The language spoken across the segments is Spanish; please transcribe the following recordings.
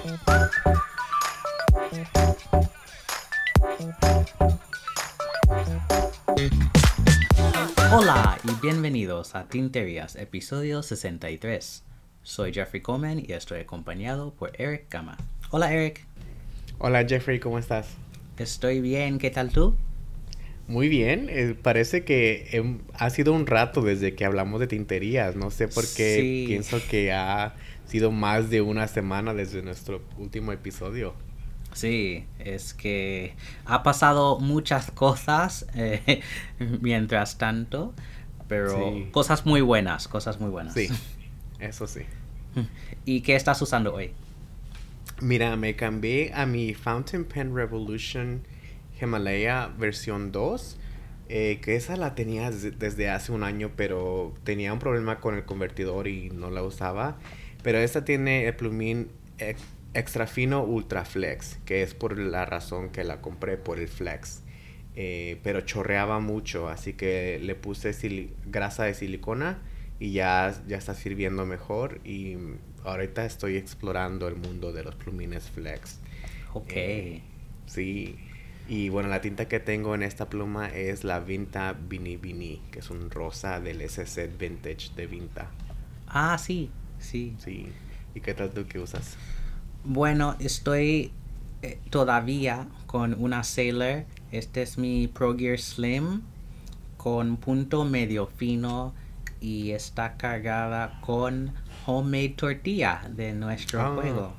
Hola y bienvenidos a Tinterías, episodio 63. Soy Jeffrey Coleman y estoy acompañado por Eric Gama. Hola Eric. Hola Jeffrey, ¿cómo estás? Estoy bien, ¿qué tal tú? Muy bien, parece que ha sido un rato desde que hablamos de tinterías. No sé por qué Sí, pienso que ha sido más de una semana desde nuestro último episodio. sí, es que ha pasado muchas cosas mientras tanto, pero Sí, cosas muy buenas, cosas muy buenas. sí, eso sí. ¿Y qué estás usando hoy? Mira, me cambié a mi Fountain Pen Revolution Himalaya versión 2, que esa la tenía desde hace un año, pero tenía un problema con el convertidor y no la usaba. Pero esta tiene el plumín extra fino Ultra Flex, que es por la razón que la compré, por el flex. Pero chorreaba mucho, así que le puse grasa de silicona y ya está sirviendo mejor. Y ahorita estoy explorando el mundo de los plumines flex. Ok. Eh, sí. Y bueno, la tinta que tengo en esta pluma es la Vinta Bini Bini, que es un rosa del S-Set Vintage de Vinta. Ah, sí, sí. Sí. ¿Y qué tal tú que usas? Bueno, estoy todavía con una Sailor. Este es mi Pro Gear Slim con punto medio fino y está cargada con homemade tortilla de nuestro Ah. juego.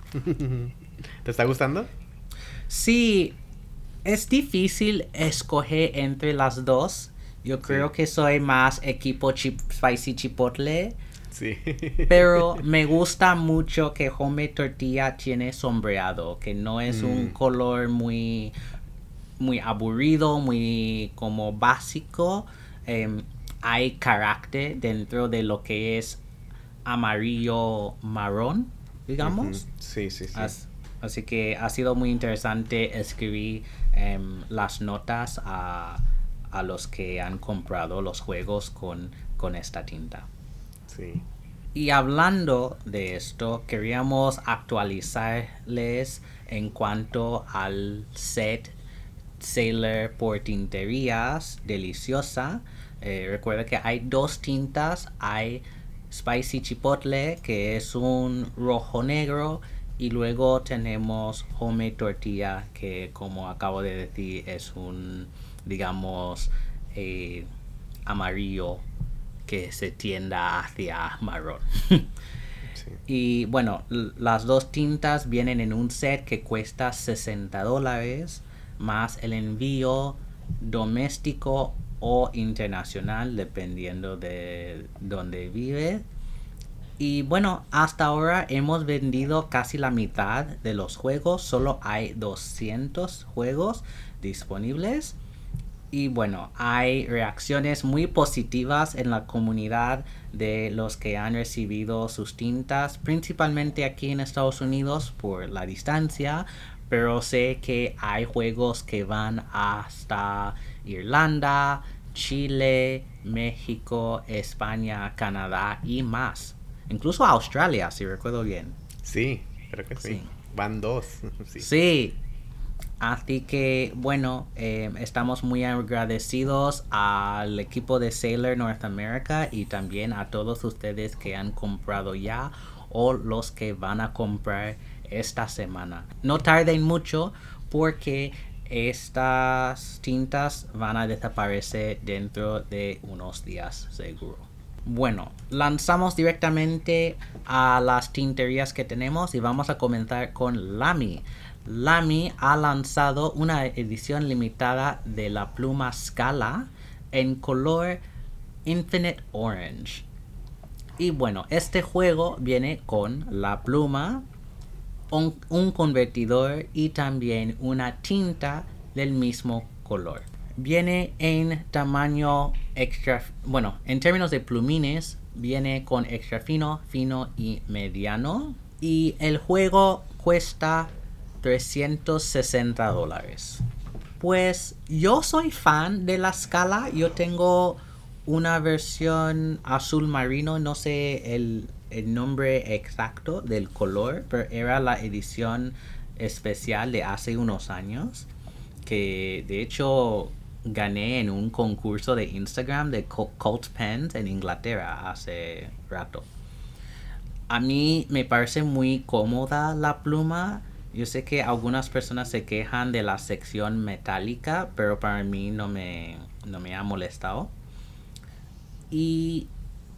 ¿Te está gustando? Sí, es difícil escoger entre las dos. Yo Sí. creo que soy más equipo spicy chipotle. Sí. Pero me gusta mucho que Home Tortilla tiene sombreado, que no es un Mm, color muy aburrido, muy como básico. Hay carácter dentro de lo que es amarillo marrón, ujú. digamos. Sí, sí, sí. As- Así que ha sido muy interesante escribir las notas a los que han comprado los juegos con esta tinta. Sí. Y hablando de esto, queríamos actualizarles en cuanto al set Sailor por tinterías deliciosa. Recuerda que hay dos tintas. Hay Spicy Chipotle, que es un rojo negro. Y luego tenemos Home Tortilla, que como acabo de decir es un, digamos, eh, amarillo que se tienda hacia marrón. Sí. Y bueno, las dos tintas vienen en un set que cuesta $60 más el envío doméstico o internacional dependiendo de dónde vive. Y bueno, hasta ahora hemos vendido casi la mitad de los juegos, solo hay 200 juegos disponibles. Y bueno, hay reacciones muy positivas en la comunidad de los que han recibido sus tintas, principalmente aquí en Estados Unidos por la distancia, pero sé que hay juegos que van hasta Irlanda, Chile, México, España, Canadá y más. Incluso Australia, si recuerdo bien. Sí, creo que sí. Sí. Van dos. Sí. Sí, así que bueno, estamos muy agradecidos al equipo de Sailor North America y también a todos ustedes que han comprado ya o los que van a comprar esta semana. No tarden mucho porque estas tintas van a desaparecer dentro de unos días seguro. Bueno, lanzamos directamente a las tinterías que tenemos y vamos a comenzar con Lamy. Lamy ha lanzado una edición limitada de la pluma Scala en color Infinite Orange. Y bueno, este juego viene con la pluma, un convertidor y también una tinta del mismo color. Viene en tamaño extra, bueno, en términos de plumines, viene con extra fino, fino y mediano. Y el juego cuesta $360. Pues yo soy fan de la escala. Yo tengo una versión azul marino. No sé el nombre exacto del color, pero era la edición especial de hace unos años, que de hecho gané en un concurso de Instagram de Colt Pens en Inglaterra hace rato. A mí me parece muy cómoda la pluma. Yo sé que algunas personas se quejan de la sección metálica, pero para mí no me ha molestado. Y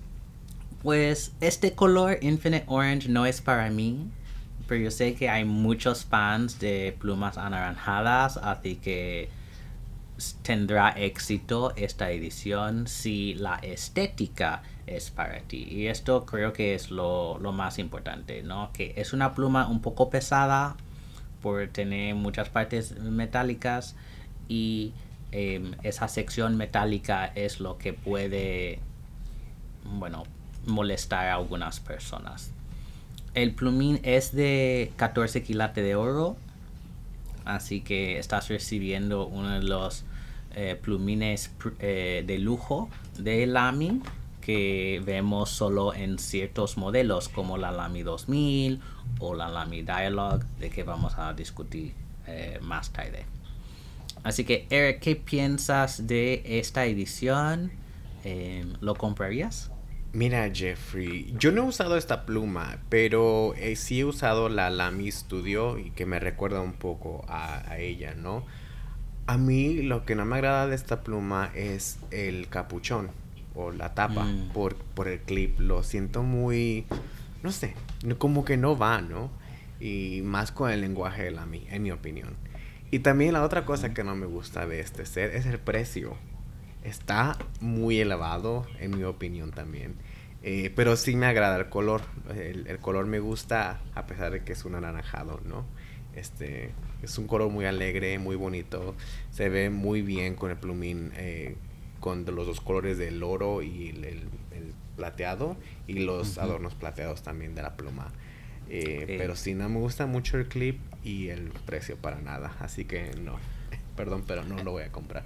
pues este color Infinite Orange no es para mí, pero yo sé que hay muchos fans de plumas anaranjadas, así que tendrá éxito esta edición si la estética es para ti. Y esto creo que es lo más importante, ¿no? Que es una pluma un poco pesada por tener muchas partes metálicas y esa sección metálica es lo que puede, bueno, molestar a algunas personas. El plumín es de 14 quilates de oro, así que estás recibiendo uno de los plumines de lujo de Lamy que vemos solo en ciertos modelos como la Lamy 2000 o la Lamy Dialogue, de que vamos a discutir más tarde. Así que Eric, ¿qué piensas de esta edición? ¿Lo comprarías? Mira, Jeffrey, yo no he usado esta pluma, pero sí he usado la Lamy Studio y que me recuerda un poco a ella, ¿no? A mí lo que no me agrada de esta pluma es el capuchón o la tapa Mm. por el clip. Lo siento muy, no sé, como que no va, ¿no? Y más con el lenguaje de Lamy, en mi opinión. Y también la otra cosa que no me gusta de este set es el precio. Está muy elevado, en mi opinión también. Pero sí me agrada el color. El color me gusta a pesar de que es un anaranjado, ¿no? Es un color muy alegre, muy bonito. Se ve muy bien con el plumín, con los dos colores del oro y el plateado. Y los Ujú. adornos plateados también de la pluma. Sí. Pero sí, no me gusta mucho el clip y el precio para nada. Así que no. Perdón, pero no lo voy a comprar.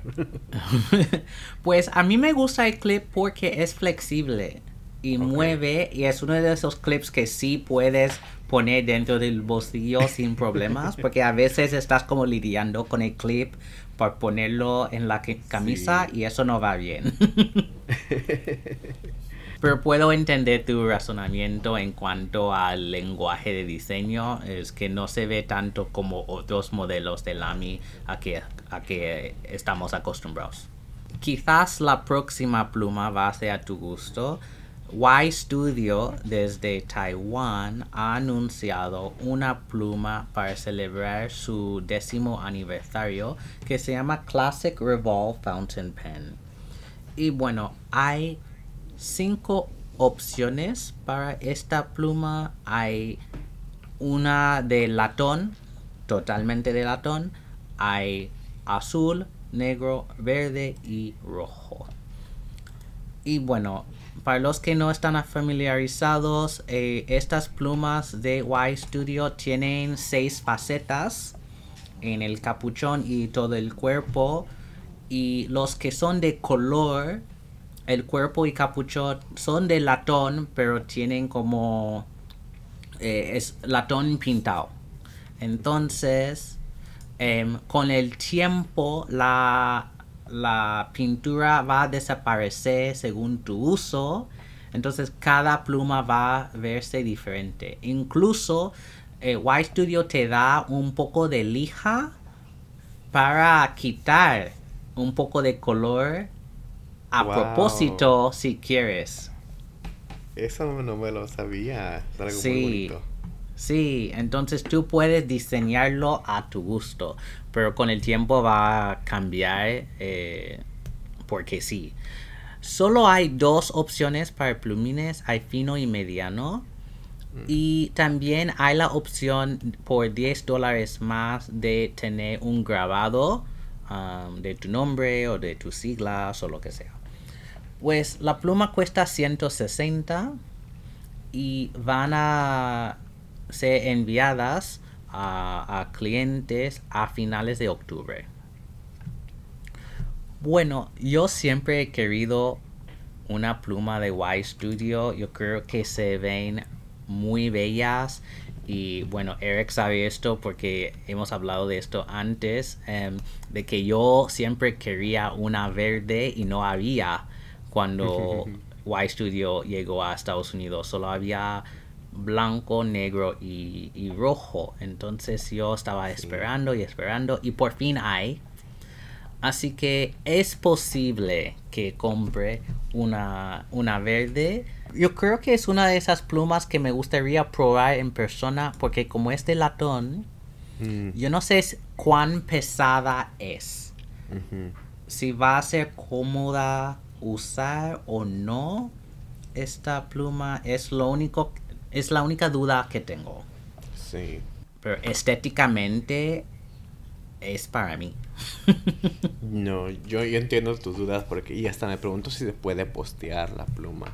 Pues a mí me gusta el clip porque es flexible y Ok. mueve y es uno de esos clips que sí puedes poner dentro del bolsillo sin problemas porque a veces estás como lidiando con el clip para ponerlo en la camisa Sí. y eso no va bien. Pero puedo entender tu razonamiento en cuanto al lenguaje de diseño. Es que no se ve tanto como otros modelos de Lamy a que estamos acostumbrados. Quizás la próxima pluma va a ser a tu gusto. Y Studio desde Taiwán ha anunciado una pluma para celebrar su 10º aniversario que se llama Classic Revolve Fountain Pen. Y bueno, hay 5 opciones para esta pluma. Hay una de latón, totalmente de latón. Hay azul, negro, verde y rojo. Y bueno, para los que no están familiarizados, estas plumas de Y Studio tienen 6 facetas en el capuchón y todo el cuerpo. Y los que son de color, el cuerpo y capuchón son de latón, pero tienen como es latón pintado. Entonces, con el tiempo la pintura va a desaparecer según tu uso. Entonces cada pluma va a verse diferente. Incluso Y Studio te da un poco de lija para quitar un poco de color a Wow. propósito si quieres. Eso no me lo sabía. Es algo muy Sí, bonito. sí, entonces tú puedes diseñarlo a tu gusto, pero con el tiempo va a cambiar porque sí. Solo hay 2 opciones para plumines, hay fino y mediano. Mm. Y también hay la opción por $10 más de tener un grabado de tu nombre o de tus siglas o lo que sea. Pues la pluma cuesta 160 y van a ser enviadas a clientes a finales de octubre. Bueno, yo siempre he querido una pluma de Y Studio. Yo creo que se ven muy bellas. Y bueno, Eric sabe esto porque hemos hablado de esto antes, de que yo siempre quería una verde y no había cuando Y Studio llegó a Estados Unidos. Solo había blanco, negro y rojo. Entonces yo estaba esperando y esperando y por fin hay. Así que es posible que compre una verde. Yo creo que es una de esas plumas que me gustaría probar en persona porque como es de latón, yo no sé cuán pesada es. Si va a ser cómoda usar o no esta pluma es la única duda que tengo. Sí. Pero estéticamente es para mí. No, yo entiendo tus dudas porque y hasta me pregunto si se puede postear la pluma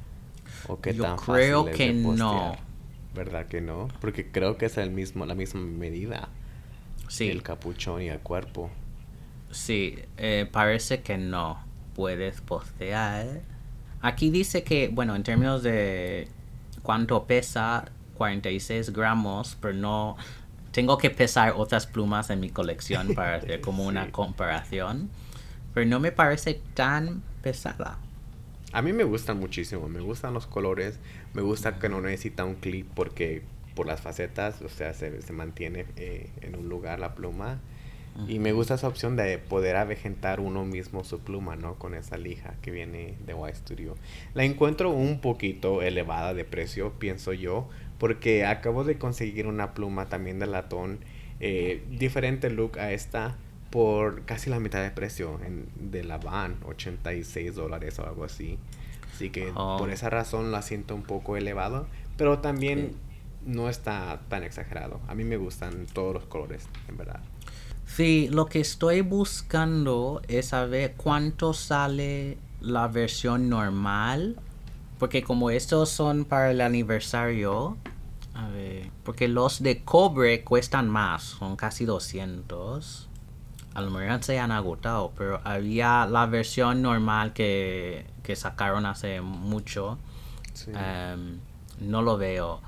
o qué Yo tan fácil creo es que de no. postear. ¿Verdad que no? Porque creo que es la misma medida, el Sí, capuchón y el cuerpo. sí, parece que no puedes postear. Aquí dice que, bueno, en términos de cuánto pesa, 46 gramos, pero no... Tengo que pesar otras plumas en mi colección para hacer como una Sí. comparación. Pero no me parece tan pesada. A mí me gustan muchísimo, me gustan los colores, me gusta que no necesita un clip porque por las facetas, o sea, se mantiene en un lugar la pluma. Y me gusta esa opción de poder avejentar uno mismo su pluma, ¿no? Con esa lija que viene de Y Studio. La encuentro un poquito elevada de precio, pienso yo, porque acabo de conseguir una pluma también de latón, diferente look a esta, por casi la mitad de precio de la Van, $86 o algo así. Así que por Oh, esa razón la siento un poco elevado, pero sí. también no está tan exagerado. A mí me gustan todos los colores, en verdad. Sí, lo que estoy buscando es saber cuánto sale la versión normal. Porque como estos son para el aniversario, a ver, porque los de cobre cuestan más, son casi 200. A lo mejor se han agotado, pero había la versión normal que sacaron hace mucho. Sí. Em, no lo veo.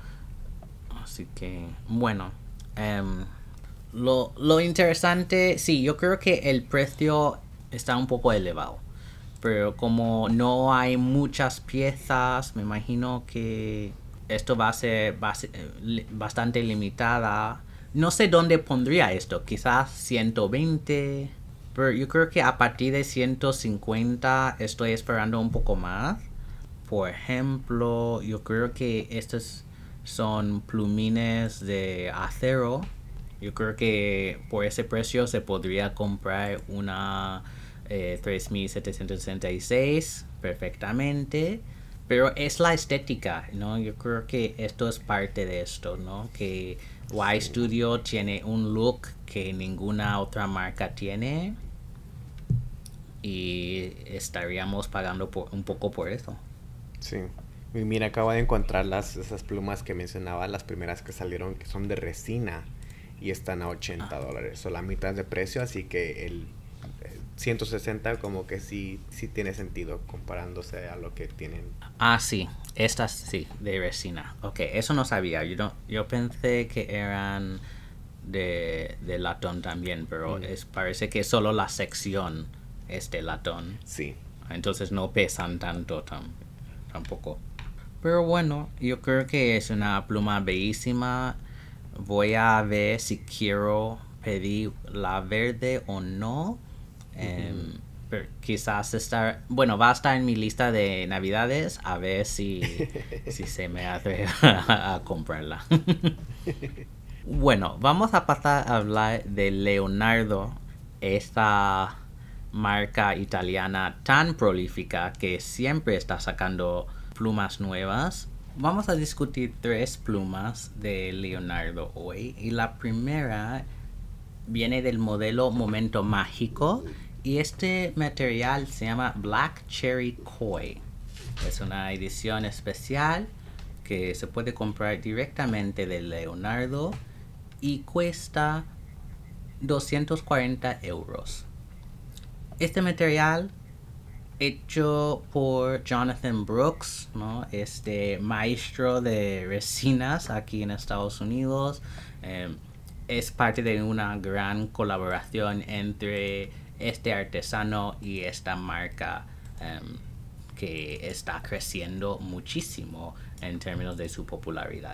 Así que, bueno. em, lo interesante, sí, yo creo que el precio está un poco elevado. Pero como no hay muchas piezas, me imagino que esto va a ser bastante limitada. No sé dónde pondría esto, quizás 120. Pero yo creo que a partir de 150 estoy esperando un poco más. Por ejemplo, yo creo que estos son plumines de acero. Yo creo que por ese precio se podría comprar una 3766 perfectamente. Pero es la estética, ¿no? Yo creo que esto es parte de esto, ¿no? Que Y Sí. Studio tiene un look que ninguna otra marca tiene y estaríamos pagando un poco por eso. Sí. Y mira, acabo de encontrar esas plumas que mencionaba, las primeras que salieron, que son de resina y están a $80. O la mitad de precio, así que el 160 como que sí tiene sentido comparándose a lo que tienen. Ah, sí, estas sí, de resina. Ok, eso no sabía. Yo pensé que eran de latón también, pero Mm, parece que solo la sección es de latón. sí. Entonces no pesan tanto tampoco. Pero bueno, yo creo que es una pluma bellísima. Voy a ver si quiero pedir la verde o no. Em, pero quizás bueno, va a estar en mi lista de navidades a ver si se me hace a comprarla. Bueno, vamos a pasar a hablar de Leonardo, esta marca italiana tan prolífica que siempre está sacando plumas nuevas. Vamos a discutir tres plumas de Leonardo hoy y la primera viene del modelo Momento Mágico y este material se llama Black Cherry Koi. Es una edición especial que se puede comprar directamente de Leonardo y cuesta 240 euros. Este material hecho por Jonathan Brooks, ¿no? Este maestro de resinas aquí en Estados Unidos. Es parte de una gran colaboración entre este artesano y esta marca que está creciendo muchísimo en términos de su popularidad.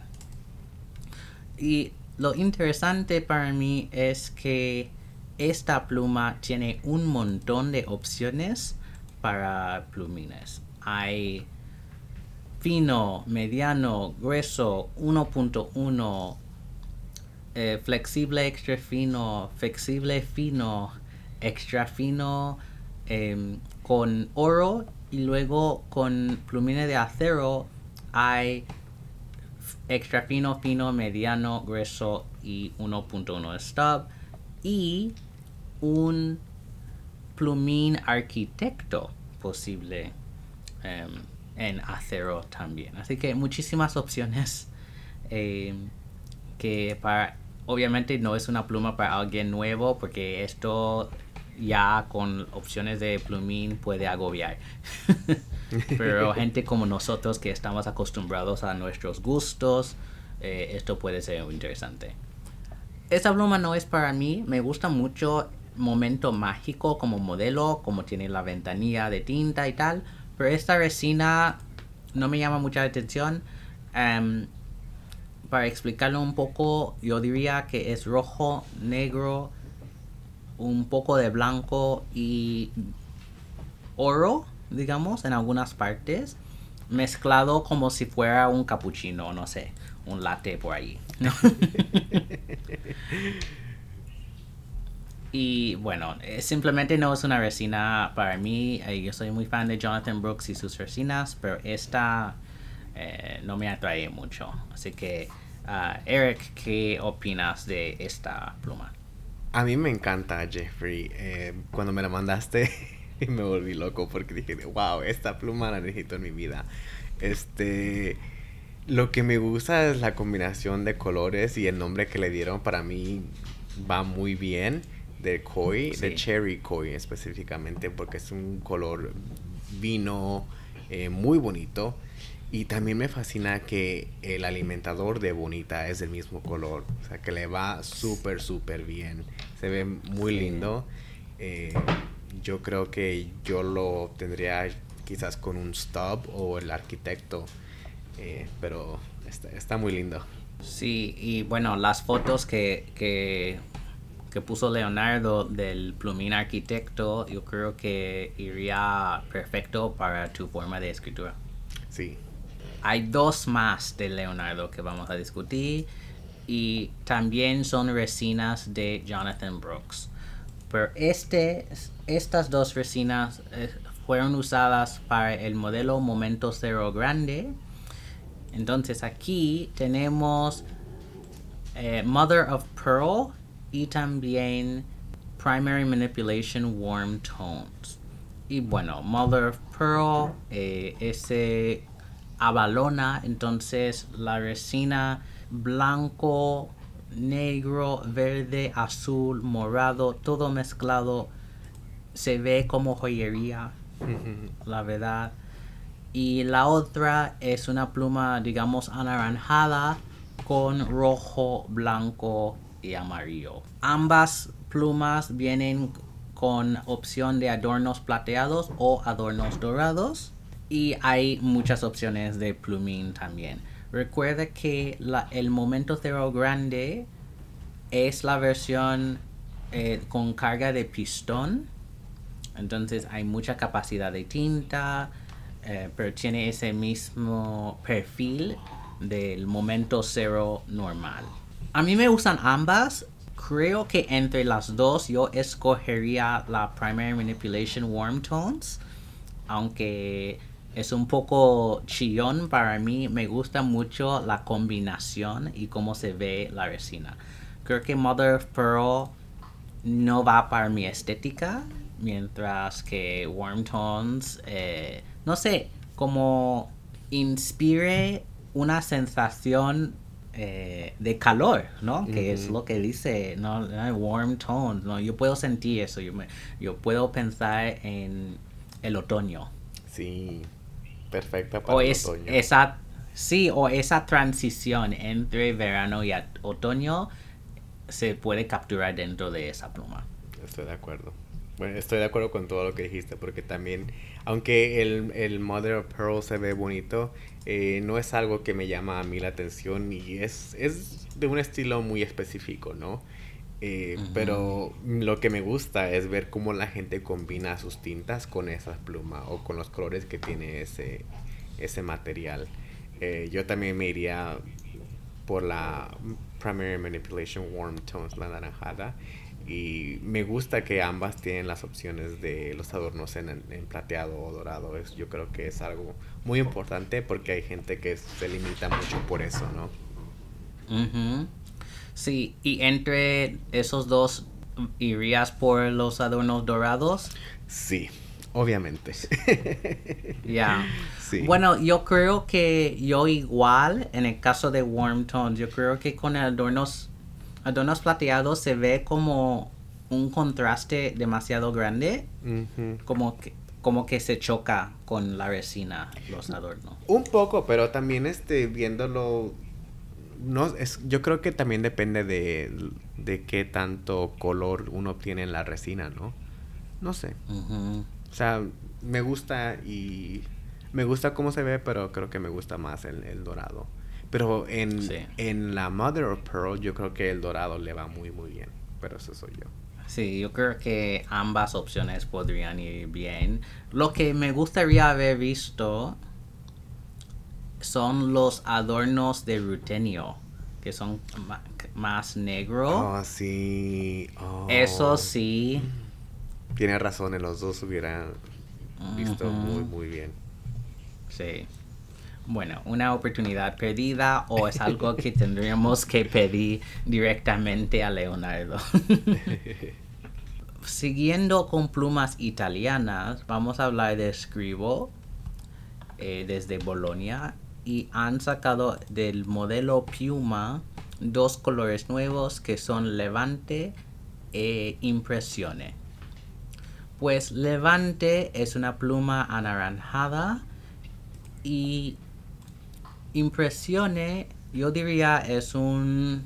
Y lo interesante para mí es que esta pluma tiene un montón de opciones para plumines. Hay fino, mediano, grueso, 1.1, flexible, extra fino, flexible, fino, extra fino, con oro, y luego con plumines de acero hay extra fino, fino, mediano, grueso y 1.1 stub, y un plumín arquitecto posible en acero también. Así que muchísimas opciones que obviamente no es una pluma para alguien nuevo, porque esto ya con opciones de plumín puede agobiar. Pero gente como nosotros que estamos acostumbrados a nuestros gustos, esto puede ser interesante. Esta pluma no es para mí. Me gusta mucho Momento Mágico como modelo, como tiene la ventanilla de tinta y tal, pero esta resina no me llama mucha atención. Para explicarlo un poco, yo diría que es rojo, negro, un poco de blanco y oro, digamos, en algunas partes, mezclado como si fuera un cappuccino, no sé, un latte por ahí, ¿no? Y bueno, simplemente no es una resina para mí. Yo soy muy fan de Jonathan Brooks y sus resinas, pero esta no me atrae mucho. Así que, Eric, ¿qué opinas de esta pluma? A mí me encanta, Jeffrey. Cuando me la mandaste me volví loco porque dije, wow, esta pluma la necesito en mi vida. Lo que me gusta es la combinación de colores, y el nombre que le dieron para mí va muy bien, de koi, Sí. de cherry koi específicamente, porque es un color vino muy bonito. Y también me fascina que el alimentador de Bonita es del mismo color. O sea, que le va súper, súper bien. Se ve muy Sí. lindo. Yo creo que yo lo obtendría quizás con un stub o el arquitecto. Pero está muy lindo. Sí, y bueno, las fotos que puso Leonardo del plumín arquitecto, yo creo que iría perfecto para tu forma de escritura. Sí. Hay dos más de Leonardo que vamos a discutir, y también son resinas de Jonathan Brooks. Pero estas dos resinas fueron usadas para el modelo Momento Cero Grande. Entonces aquí tenemos Mother of Pearl y también Primary Manipulation Warm Tones. Y bueno, Mother of Pearl ese abalona entonces la resina blanco, negro, verde, azul, morado, todo mezclado. Se ve como joyería, la verdad. Y la otra es una pluma, digamos, anaranjada con rojo, blanco y amarillo. Ambas plumas vienen con opción de adornos plateados o adornos dorados, y hay muchas opciones de plumín también. Recuerda que el Momento Cero Grande es la versión con carga de pistón. Entonces hay mucha capacidad de tinta, pero tiene ese mismo perfil del Momento Cero normal. A mí me gustan ambas. Creo que entre las dos yo escogería la Primary Manipulation Warm Tones, aunque es un poco chillón para mí. Me gusta mucho la combinación y cómo se ve la resina. Creo que Mother of Pearl no va para mi estética, mientras que Warm Tones, no sé, como inspire una sensación de calor, ¿no? Que es lo que dice, ¿no? Warm tones, ¿no? Yo puedo sentir eso, yo puedo pensar en el otoño. Sí, perfecta O para el es otoño. esa, sí, o esa transición entre verano y otoño se puede capturar dentro de esa pluma. Estoy de acuerdo. Bueno, estoy de acuerdo con todo lo que dijiste, porque también, aunque el Mother of Pearl se ve bonito, no es algo que me llama a mí la atención y es de un estilo muy específico, ¿no? Ujú. Pero lo que me gusta es ver cómo la gente combina sus tintas con esa pluma o con los colores que tiene ese material. Yo también me iría por la Primary Manipulation Warm Tones, la naranjada. Y me gusta que ambas tienen las opciones de los adornos en plateado o dorado. Yo creo que es algo muy importante porque hay gente que se limita mucho por eso, ¿no? Ujú. Sí, y entre esos dos, ¿irías por los adornos dorados? Sí, obviamente. Ya. Sí. Bueno, yo creo que yo igual, en el caso de Warm Tones, yo creo que con adornos plateados se ve como un contraste demasiado grande, Ujú. como que se choca con la resina los adornos. Un poco, pero también viéndolo, no, yo creo que también depende de qué tanto color uno obtiene en la resina, ¿no? No sé. Ujú. O sea, me gusta y me gusta cómo se ve, pero creo que me gusta más el dorado. Pero Sí. en la Mother of Pearl yo creo que el dorado le va muy muy bien. Pero eso soy yo. Sí, yo creo que ambas opciones podrían ir bien. Lo que me gustaría haber visto son los adornos de rutenio, que son más negro. Oh, sí. Eso Oh. sí. Tiene razón, en los dos hubiera visto muy Ujú. muy bien. Sí. Bueno, una oportunidad perdida o es algo que tendríamos que pedir directamente a Leonardo. Siguiendo con plumas italianas, vamos a hablar de Scrivo desde Bolonia y han sacado del modelo Piuma dos colores nuevos que son Levante e Impressione. Pues Levante es una pluma anaranjada y Impressione yo diría es un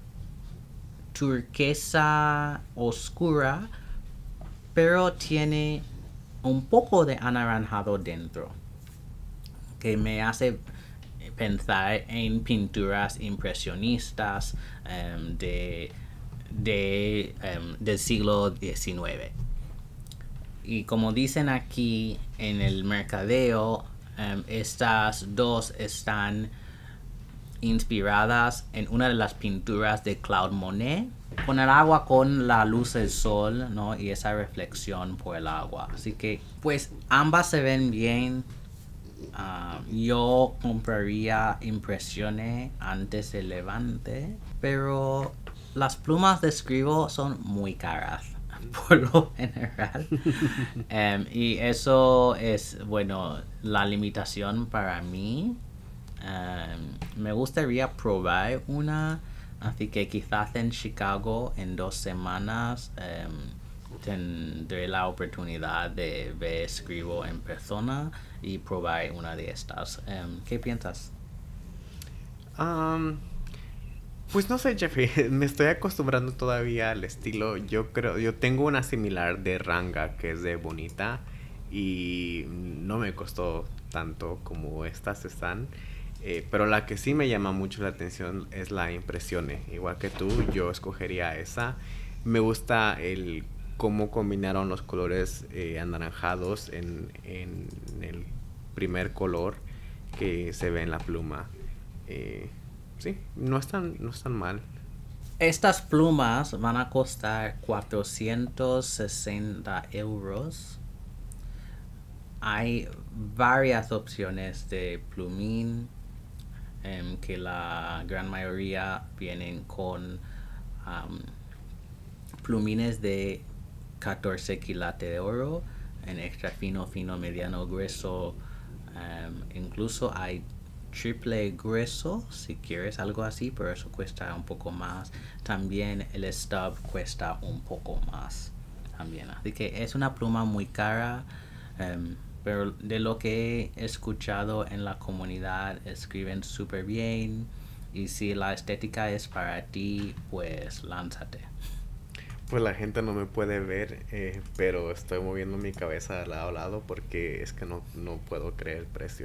turquesa oscura, pero tiene un poco de anaranjado dentro, que me hace pensar en pinturas impresionistas del siglo XIX. Y como dicen aquí en el mercadeo, estas dos están inspiradas en una de las pinturas de Claude Monet, con el agua, con la luz del sol, ¿no? Y esa reflexión por el agua. Así que, pues, ambas se ven bien. Yo compraría Impresiones antes de Levante, pero las plumas de Scribo son muy caras por lo general. Y eso es, bueno, la limitación para mí. Me gustaría probar una, así que quizás en Chicago en 2 semanas tendré la oportunidad de ver Escribo en persona y probar una de estas. ¿Qué piensas? Am, pues no sé, Jeffrey, me estoy acostumbrando todavía al estilo. Yo creo, yo tengo una similar de Ranga que es de Bonita y no me costó tanto como estas están. Pero la que sí me llama mucho la atención es la Impressione. Igual que tú, yo escogería esa. Me gusta el cómo combinaron los colores anaranjados en el primer color que se ve en la pluma. Eh, sí, no están mal. Estas plumas van a costar 460 euros. Hay varias opciones de plumín que la gran mayoría vienen con um, plumines de 14 quilates de oro en extra fino, fino, mediano, grueso. Incluso hay triple grueso si quieres algo así, pero eso cuesta un poco más. También el stub cuesta un poco más también, así que es una pluma muy cara. Pero de lo que he escuchado en la comunidad, escriben súper bien. Y si la estética es para ti, pues lánzate. Pues la gente no me puede ver, pero estoy moviendo mi cabeza de lado a lado porque es que no puedo creer el precio.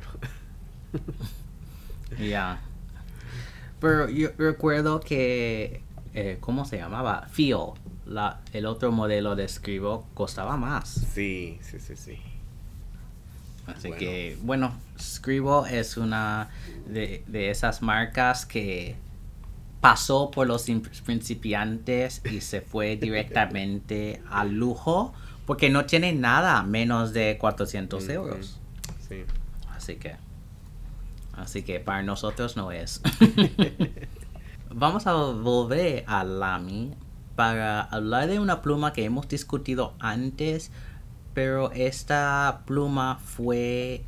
Ya. Pero yo recuerdo que, ¿cómo se llamaba? Feel, el otro modelo de Scribo, costaba más. Sí, sí, sí, sí. Así Bueno, que, bueno, Scribo es una de esas marcas que pasó por los principiantes y se fue directamente al lujo porque no tiene nada menos de 400 ujú, euros. sí. Así que, así que para nosotros no es. Vamos a volver a Lamy para hablar de una pluma que hemos discutido antes, pero esta pluma fue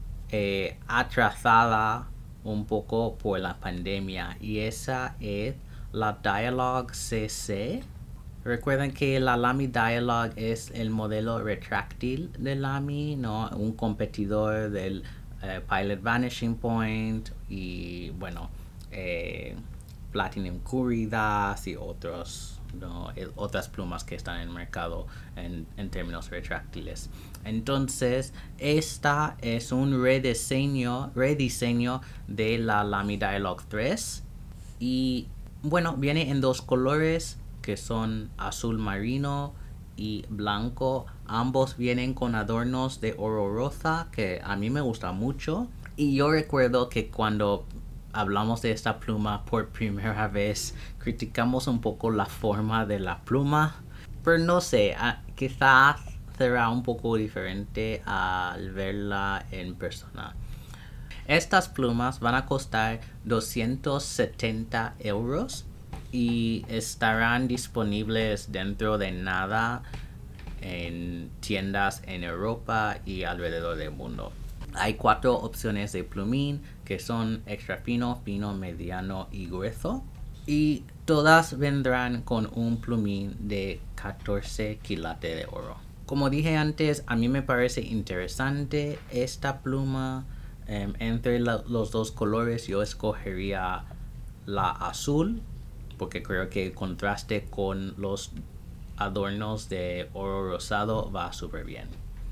atrasada un poco por la pandemia y esa es la Dialog CC. Recuerden que la Lamy Dialog es el modelo retráctil de Lamy, ¿no? Un competidor del Pilot Vanishing Point y, bueno, eh, Platinum Curidas y otros, ¿no? Otras plumas que están en el mercado en términos retráctiles. Entonces, esta es un rediseño de la Lamy Dialog 3 y, bueno, viene en dos colores que son azul marino y blanco. Ambos vienen con adornos de oro rosa que a mí me gusta mucho. Y yo recuerdo que cuando hablamos de esta pluma por primera vez, criticamos un poco la forma de la pluma. Pero no sé, quizás será un poco diferente al verla en persona. Estas plumas van a costar 270 euros y estarán disponibles dentro de nada en tiendas en Europa y alrededor del mundo. Hay 4 opciones de plumín que son extra fino, fino, mediano y grueso. Y todas vendrán con un plumín de 14 quilates de oro. Como dije antes, a mí me parece interesante esta pluma. Entre los dos colores yo escogería la azul porque creo que el contraste con los adornos de oro rosado va súper bien.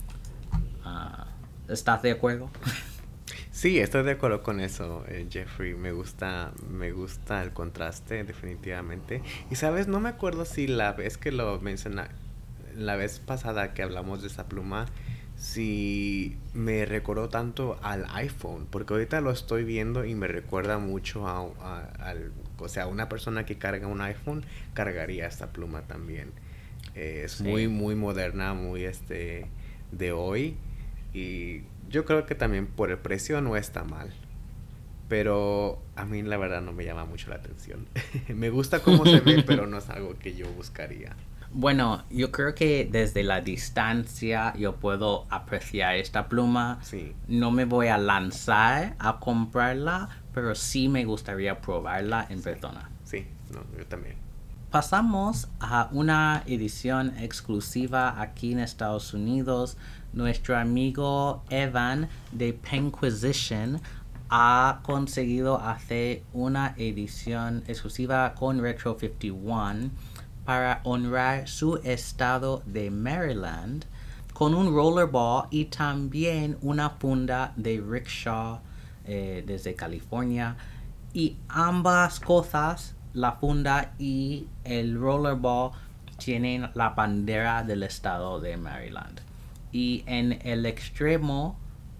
¿Estás de acuerdo? Sí, estoy de acuerdo con eso, Jeffrey. Me gusta el contraste, definitivamente. Y sabes, no me acuerdo si la vez que lo menciona, la vez pasada que hablamos de esa pluma, si me recordó tanto al iPhone, porque ahorita lo estoy viendo y me recuerda mucho o sea, una persona que carga un iPhone cargaría esta pluma también. Es muy, Sí. muy moderna, muy de hoy. Y yo creo que también por el precio no está mal. Pero a mí la verdad no me llama mucho la atención. Me gusta cómo se ve, pero no es algo que yo buscaría. Bueno, yo creo que desde la distancia yo puedo apreciar esta pluma. Sí, No me voy a lanzar a comprarla, pero sí me gustaría probarla en sí, persona. sí, no, yo también. Pasamos a una edición exclusiva aquí en Estados Unidos. Nuestro amigo Evan de Penquisition ha conseguido hacer una edición exclusiva con Retro 51 para honrar su estado de Maryland con un rollerball y también una funda de rickshaw desde California. Y ambas cosas, la funda y el rollerball, tienen la bandera del estado de Maryland. Y en el extremo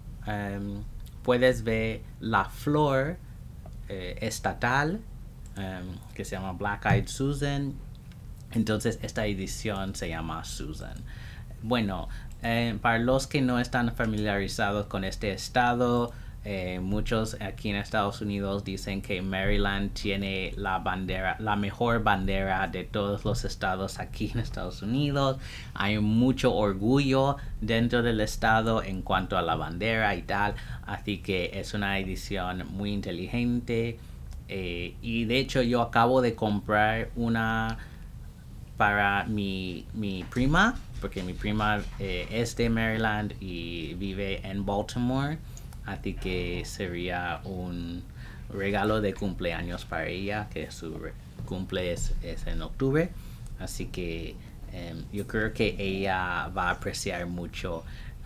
puedes ver la flor estatal que se llama Black Eyed Susan. Entonces esta edición se llama Susan. Bueno, para los que no están familiarizados con este estado, muchos aquí en Estados Unidos dicen que Maryland tiene la mejor bandera de todos los estados aquí en Estados Unidos. Hay mucho orgullo dentro del estado en cuanto a la bandera y tal, así que es una edición muy inteligente. Y de hecho yo acabo de comprar una para mi prima porque mi prima es de Maryland y vive en Baltimore, así que sería un regalo de cumpleaños para ella, que su cumple es en octubre, así que yo creo que ella va a apreciar mucho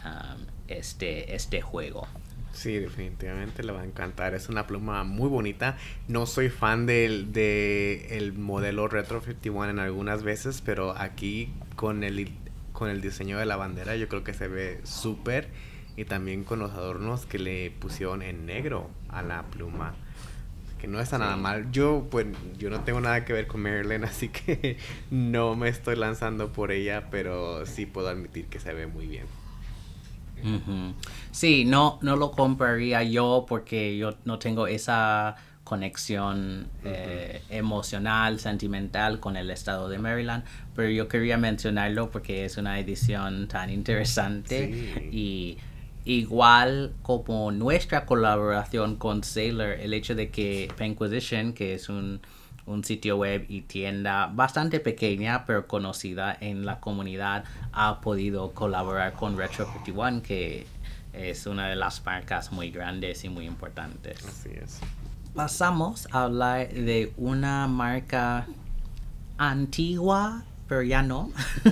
este juego. Sí, definitivamente le va a encantar. Es una pluma muy bonita. No soy fan del modelo Retro 51 en algunas veces, pero aquí con el diseño de la bandera yo creo que se ve súper. Y también con los adornos que le pusieron en negro a la pluma. Que no está nada Sí. mal. Yo no tengo nada que ver con Marilyn, así que no me estoy lanzando por ella, pero sí puedo admitir que se ve muy bien. Ujú. Sí, no lo compraría yo porque yo no tengo esa conexión Ujú. emocional, sentimental con el estado de Maryland, pero yo quería mencionarlo porque es una edición tan interesante Sí. y igual como nuestra colaboración con Sailor, el hecho de que Penquisition, que es un sitio web y tienda bastante pequeña pero conocida en la comunidad, ha podido colaborar con Retro 51, que es una de las marcas muy grandes y muy importantes. Así es. Pasamos a hablar de una marca antigua, pero ya no.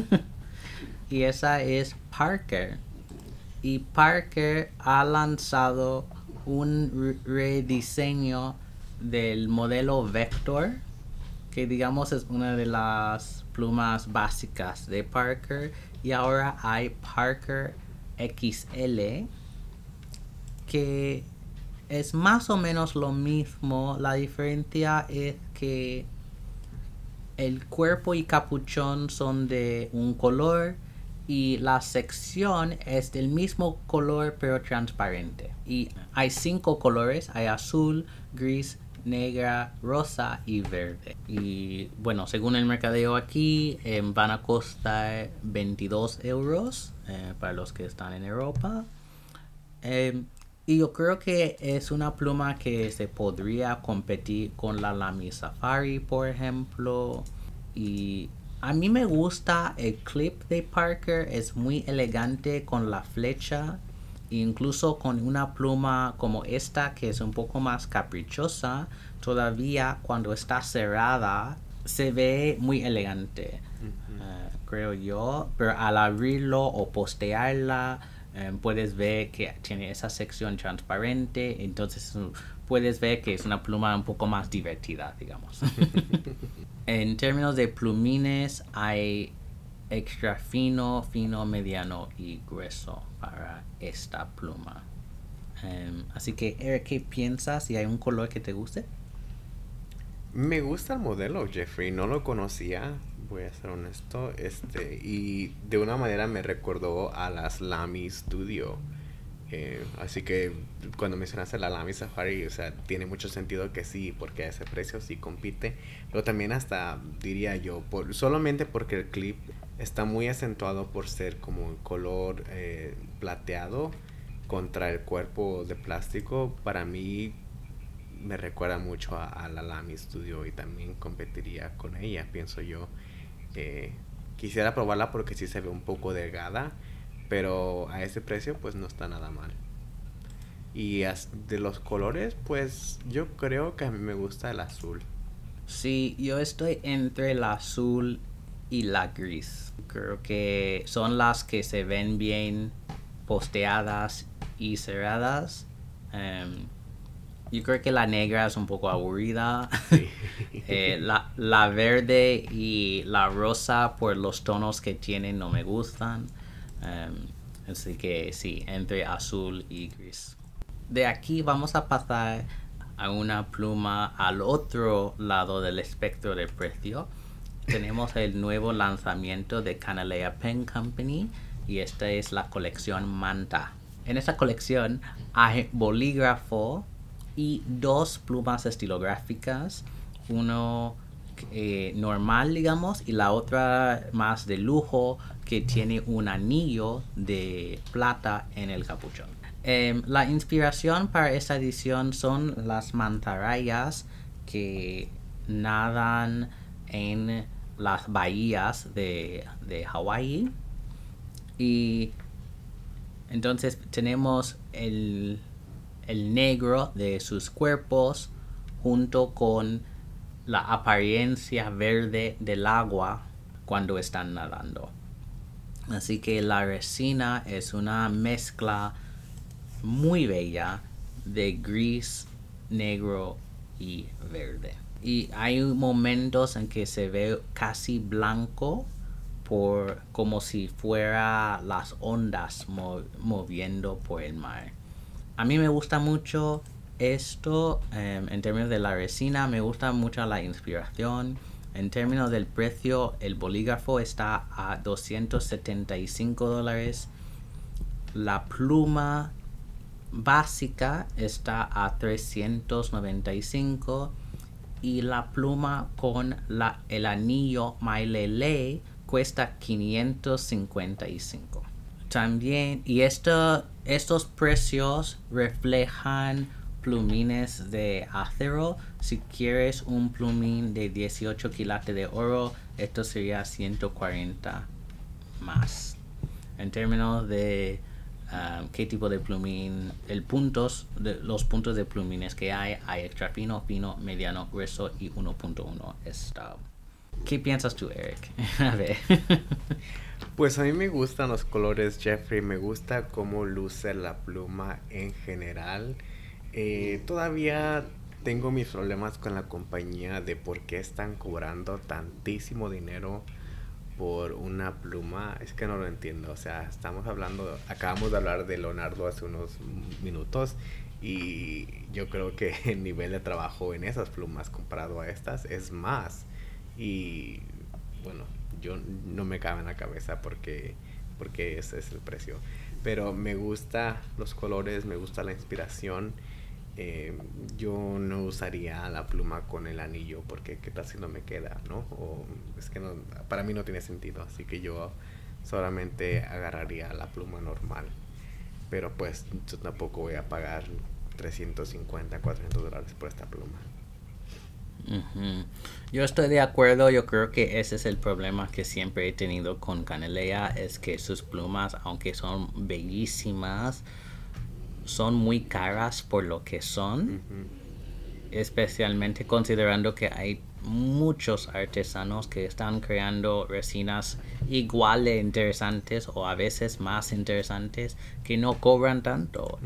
Y esa es Parker. Y Parker ha lanzado un rediseño del modelo Vector, que digamos es una de las plumas básicas de Parker. Y ahora hay Parker XL, que es más o menos lo mismo. La diferencia es que el cuerpo y capuchón son de un color y la sección es del mismo color pero transparente. Y hay 5 colores, hay azul, gris, negra, rosa y verde. Y bueno, según el mercadeo aquí, van a costar 22 euros para los que están en Europa. Eh, y yo creo que es una pluma que se podría competir con la Lamy Safari, por ejemplo. Y a mí me gusta el clip de Parker, es muy elegante con la flecha. Incluso con una pluma como esta, que es un poco más caprichosa, todavía cuando está cerrada se ve muy elegante, Ujú. creo yo. Pero al abrirlo o postearla, puedes ver que tiene esa sección transparente, entonces puedes ver que es una pluma un poco más divertida, digamos. En términos de plumines, hay extra fino, fino, mediano y grueso para esta pluma. Así que, Eric, ¿qué piensas? ¿Si hay un color que te guste? Me gusta el modelo, Jeffrey. No lo conocía, voy a ser honesto. Y de una manera me recordó a las Lamy Studio. Así que cuando mencionaste la Lamy Safari, o sea, tiene mucho sentido que sí, porque a ese precio sí compite. Pero también hasta diría yo, solamente porque el clip está muy acentuado por ser como un color plateado contra el cuerpo de plástico, para mí me recuerda mucho a la Lamy Studio y también competiría con ella, pienso yo. Eh, Quisiera probarla porque sí se ve un poco delgada, pero a ese precio pues no está nada mal. Y de los colores, pues yo creo que a mí me gusta el azul. Sí, yo estoy entre la azul y la gris. Creo que son las que se ven bien posteadas y cerradas. Em, yo creo que la negra es un poco aburrida. Sí. La verde y la rosa, por los tonos que tienen, no me gustan. Así que sí, entre azul y gris. De aquí vamos a pasar a una pluma al otro lado del espectro de precio. Tenemos el nuevo lanzamiento de Canalea Pen Company y esta es la colección Manta. En esta colección hay bolígrafo y 2 plumas estilográficas, uno normal, digamos, y la otra más de lujo, que tiene un anillo de plata en el capuchón. La inspiración para esta edición son las mantarrayas que nadan en las bahías de Hawái. Y entonces tenemos el negro de sus cuerpos junto con la apariencia verde del agua cuando están nadando. Así que la resina es una mezcla muy bella de gris, negro y verde. Y hay momentos en que se ve casi blanco por como si fuera las ondas moviendo por el mar. A mí me gusta mucho esto en términos de la resina, me gusta mucho la inspiración. En términos del precio, el bolígrafo está a $275. La pluma básica está a $395 y la pluma con el anillo Mailele cuesta $555. También, y estos precios reflejan plumines de acero. Si quieres un plumín de 18 quilates de oro, esto sería 140 más. En términos de qué tipo de plumín, los puntos de plumines que hay extra fino, fino, mediano, grueso y 1.1 stub. ¿Qué piensas tú, Eric? A ver. Pues a mí me gustan los colores, Jeffrey. Me gusta cómo luce la pluma en general. Todavía tengo mis problemas con la compañía de por qué están cobrando tantísimo dinero por una pluma. Es que no lo entiendo. O sea, acabamos de hablar de Leonardo hace unos minutos y yo creo que el nivel de trabajo en esas plumas comparado a estas es más. Y bueno, yo no me cabe en la cabeza porque ese es el precio. Pero me gusta los colores, me gusta la inspiración. Yo no usaría la pluma con el anillo porque qué tal si no me queda, ¿no? O es que no, para mí no tiene sentido, así que yo solamente agarraría la pluma normal. Pero pues yo tampoco voy a pagar $350, $400 por esta pluma. Uh-huh. Yo estoy de acuerdo, yo creo que ese es el problema que siempre he tenido con Canelea, es que sus plumas, aunque son bellísimas, son muy caras por lo que son, especialmente considerando que hay muchos artesanos que están creando resinas igual de interesantes o a veces más interesantes que no cobran tanto.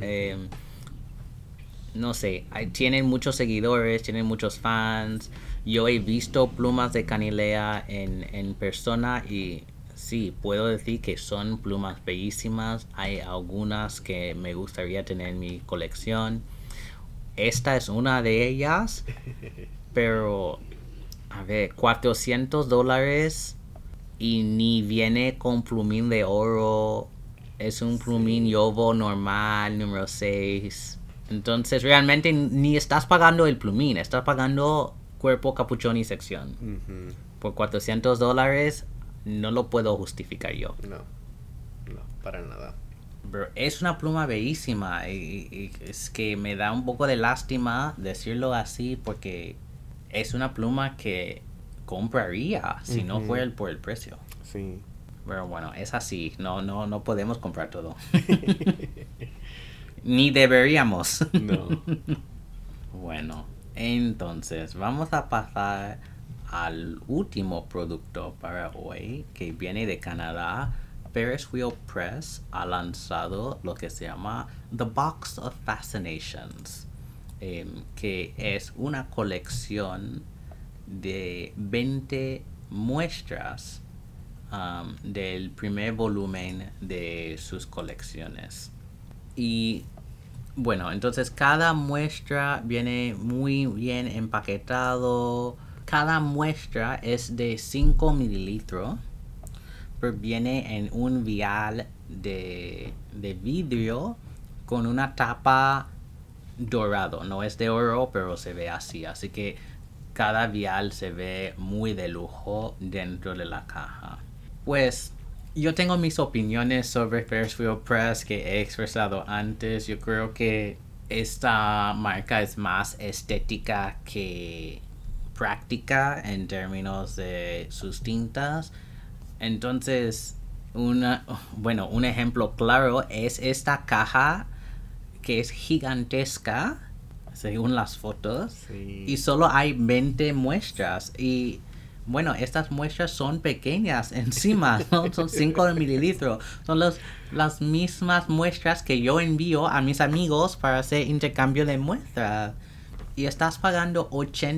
No sé, tienen muchos seguidores, tienen muchos fans. Yo he visto plumas de Canilea en persona y sí, puedo decir que son plumas bellísimas. Hay algunas que me gustaría tener en mi colección. Esta es una de ellas, pero a ver, $400 y ni viene con plumín de oro. Es un plumín Yovo normal, número 6. Entonces realmente ni estás pagando el plumín, estás pagando cuerpo, capuchón y sección. Por $400 no lo puedo justificar yo. No, para nada. Pero es una pluma bellísima y es que me da un poco de lástima decirlo así porque es una pluma que compraría si no fuera por el precio. Sí. Pero bueno, es así, no podemos comprar todo. Ni deberíamos. No. Bueno, entonces vamos a pasar al último producto para hoy, que viene de Canadá. Ferris Wheel Press ha lanzado lo que se llama The Box of Fascinations, que es una colección de 20 muestras del primer volumen de sus colecciones. Y bueno, entonces cada muestra viene muy bien empaquetado. Cada muestra es de 5 mililitros, pero viene en un vial de vidrio con una tapa dorado. No es de oro, pero se ve así. Así que cada vial se ve muy de lujo dentro de la caja. Pues yo tengo mis opiniones sobre Ferris Wheel Press que he expresado antes. Yo creo que esta marca es más estética que práctica en términos de sus tintas. Entonces, Un ejemplo claro es esta caja que es gigantesca, según las fotos, Sí. y solo hay 20 muestras. Y bueno, estas muestras son pequeñas encima, ¿no? Son 5 mililitros. Son las mismas muestras que yo envío a mis amigos para hacer intercambio de muestras. Y estás pagando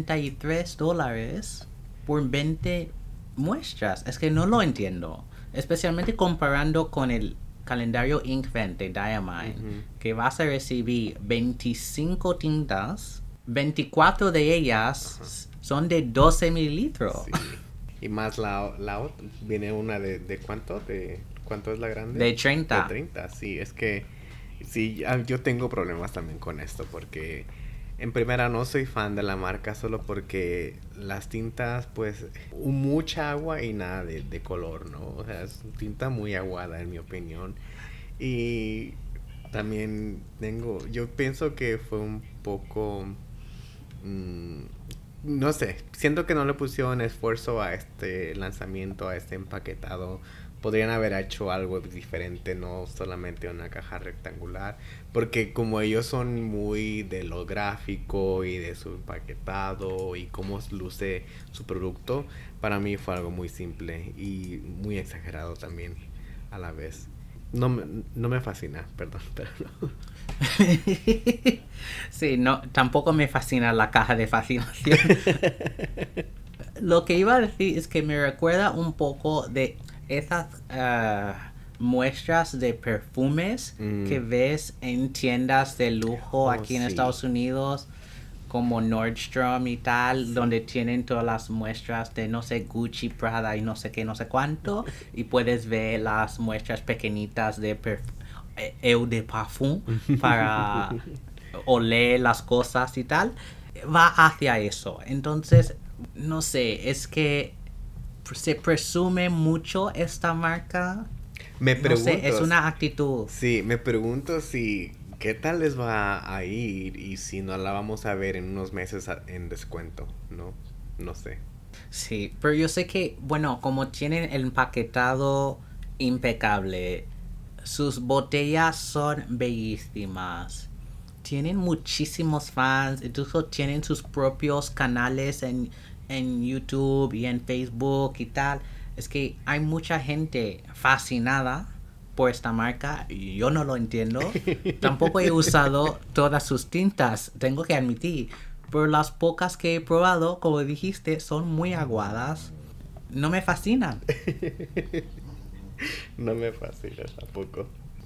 $83 por 20 muestras. Es que no lo entiendo. Especialmente comparando con el calendario Inkvent de Diamine, que vas a recibir 25 tintas, 24 de ellas son de 12 mililitros. Sí. Y más viene una de ¿cuánto? ¿De cuánto es la grande? De 30. De 30, sí, es que sí, yo tengo problemas también con esto porque en primera no soy fan de la marca solo porque las tintas pues mucha agua y nada de color, ¿no? O sea, es tinta muy aguada en mi opinión. Y también yo pienso que fue un poco mm, no sé, siento que no le pusieron esfuerzo a este lanzamiento, a este empaquetado. Podrían haber hecho algo diferente, no solamente una caja rectangular. Porque como ellos son muy de lo gráfico y de su empaquetado y cómo luce su producto, para mí fue algo muy simple y muy exagerado también a la vez. No me fascina, perdón, pero no. Sí, no, tampoco me fascina la caja de fascinación. Lo que iba a decir es que me recuerda un poco de esas muestras de perfumes que ves en tiendas de lujo aquí en Sí. Estados Unidos, como Nordstrom y tal, donde tienen todas las muestras de, no sé, Gucci, Prada y no sé qué, no sé cuánto, y puedes ver las muestras pequeñitas de eau de parfum para oler las cosas y tal. Va hacia eso. Entonces, no sé, es que se presume mucho esta marca. Me No sé, es pregunto, una actitud. sí, me pregunto si qué tal les va a ir y si no la vamos a ver en unos meses en descuento, ¿no? No sé. Sí, pero yo sé que, bueno, como tienen el empaquetado impecable, sus botellas son bellísimas. Tienen muchísimos fans, incluso tienen sus propios canales en YouTube y en Facebook y tal. Es que hay mucha gente fascinada por esta marca y yo no lo entiendo. Tampoco he usado todas sus tintas, tengo que admitir. Pero las pocas que he probado, como dijiste, son muy aguadas. No me fascinan. No me fascina tampoco.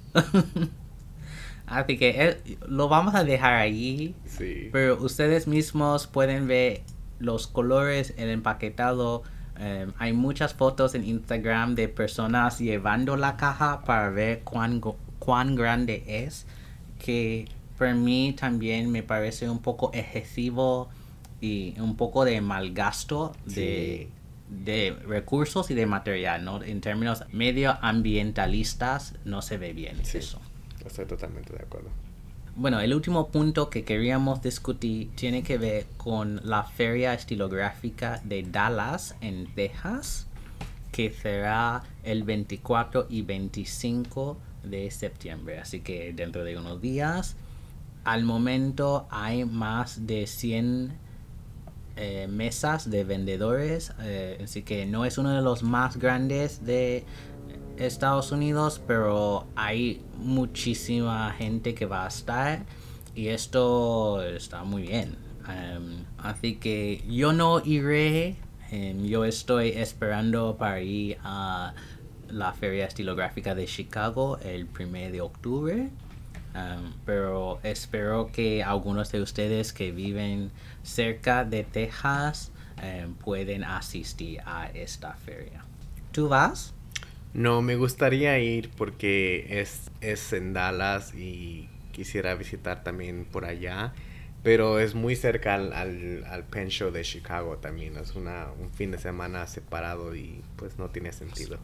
Así que lo vamos a dejar ahí. Sí. Pero ustedes mismos pueden ver los colores, el empaquetado. Hay muchas fotos en Instagram de personas llevando la caja para ver cuán grande es. Que para mí también me parece un poco excesivo y un poco de mal gasto Sí. de recursos y de material, ¿no? En términos medioambientalistas no se ve bien Sí. eso. Estoy totalmente de acuerdo. Bueno, el último punto que queríamos discutir tiene que ver con la Feria Estilográfica de Dallas, en Texas, que será el 24 y 25 de septiembre. Así que dentro de unos días, al momento hay más de 100 mesas de vendedores, así que no es uno de los más grandes de Estados Unidos, pero hay muchísima gente que va a estar y esto está muy bien. Así que yo no iré, yo estoy esperando para ir a la Feria Estilográfica de Chicago el 1 de octubre. Pero espero que algunos de ustedes que viven cerca de Texas pueden asistir a esta feria. ¿Tú vas? No, me gustaría ir porque es en Dallas y quisiera visitar también por allá. Pero es muy cerca al Penn Show de Chicago también. Es un fin de semana separado y pues no tiene sentido.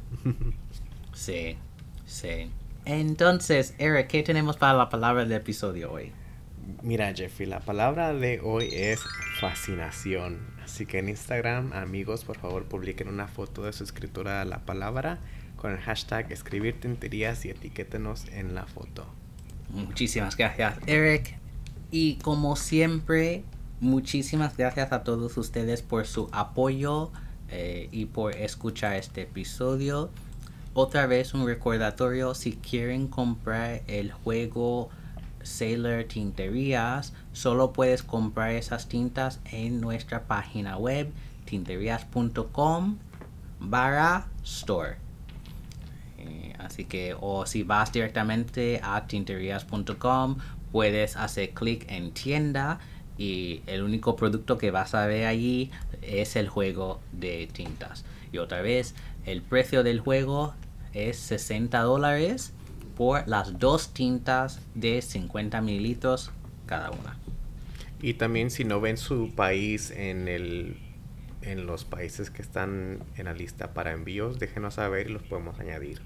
Sí, sí. Entonces, Eric, ¿qué tenemos para la palabra del episodio hoy? Mira, Jeffrey, la palabra de hoy es fascinación. Así que en Instagram, amigos, por favor, publiquen una foto de su escritura a la palabra con el hashtag escribir tinterías y etiquétenos en la foto. Muchísimas gracias, Eric. Y como siempre, muchísimas gracias a todos ustedes por su apoyo y por escuchar este episodio. Otra vez un recordatorio, si quieren comprar el juego Sailor Tinterías, solo puedes comprar esas tintas en nuestra página web tinterías.com/store. Así que, o si vas directamente a tinterías.com, puedes hacer clic en tienda y el único producto que vas a ver allí es el juego de tintas. Y otra vez, el precio del juego es $60 por las 2 tintas de 50 mililitros cada una. Y también si no ven su país en los países que están en la lista para envíos, déjenos saber y los podemos añadir.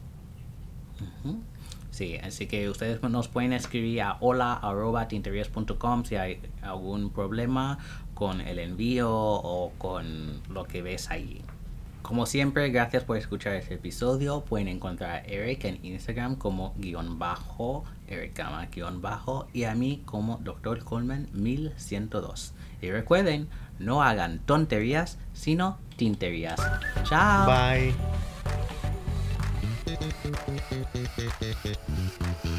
Sí, así que ustedes nos pueden escribir a hola@tinterías.com si hay algún problema con el envío o con lo que ves allí. Como siempre, gracias por escuchar este episodio. Pueden encontrar a Eric en Instagram como _Eric Gama_ y a mí como Dr. Coleman 1102. Y recuerden, no hagan tonterías, sino tinterías. ¡Chao! Bye.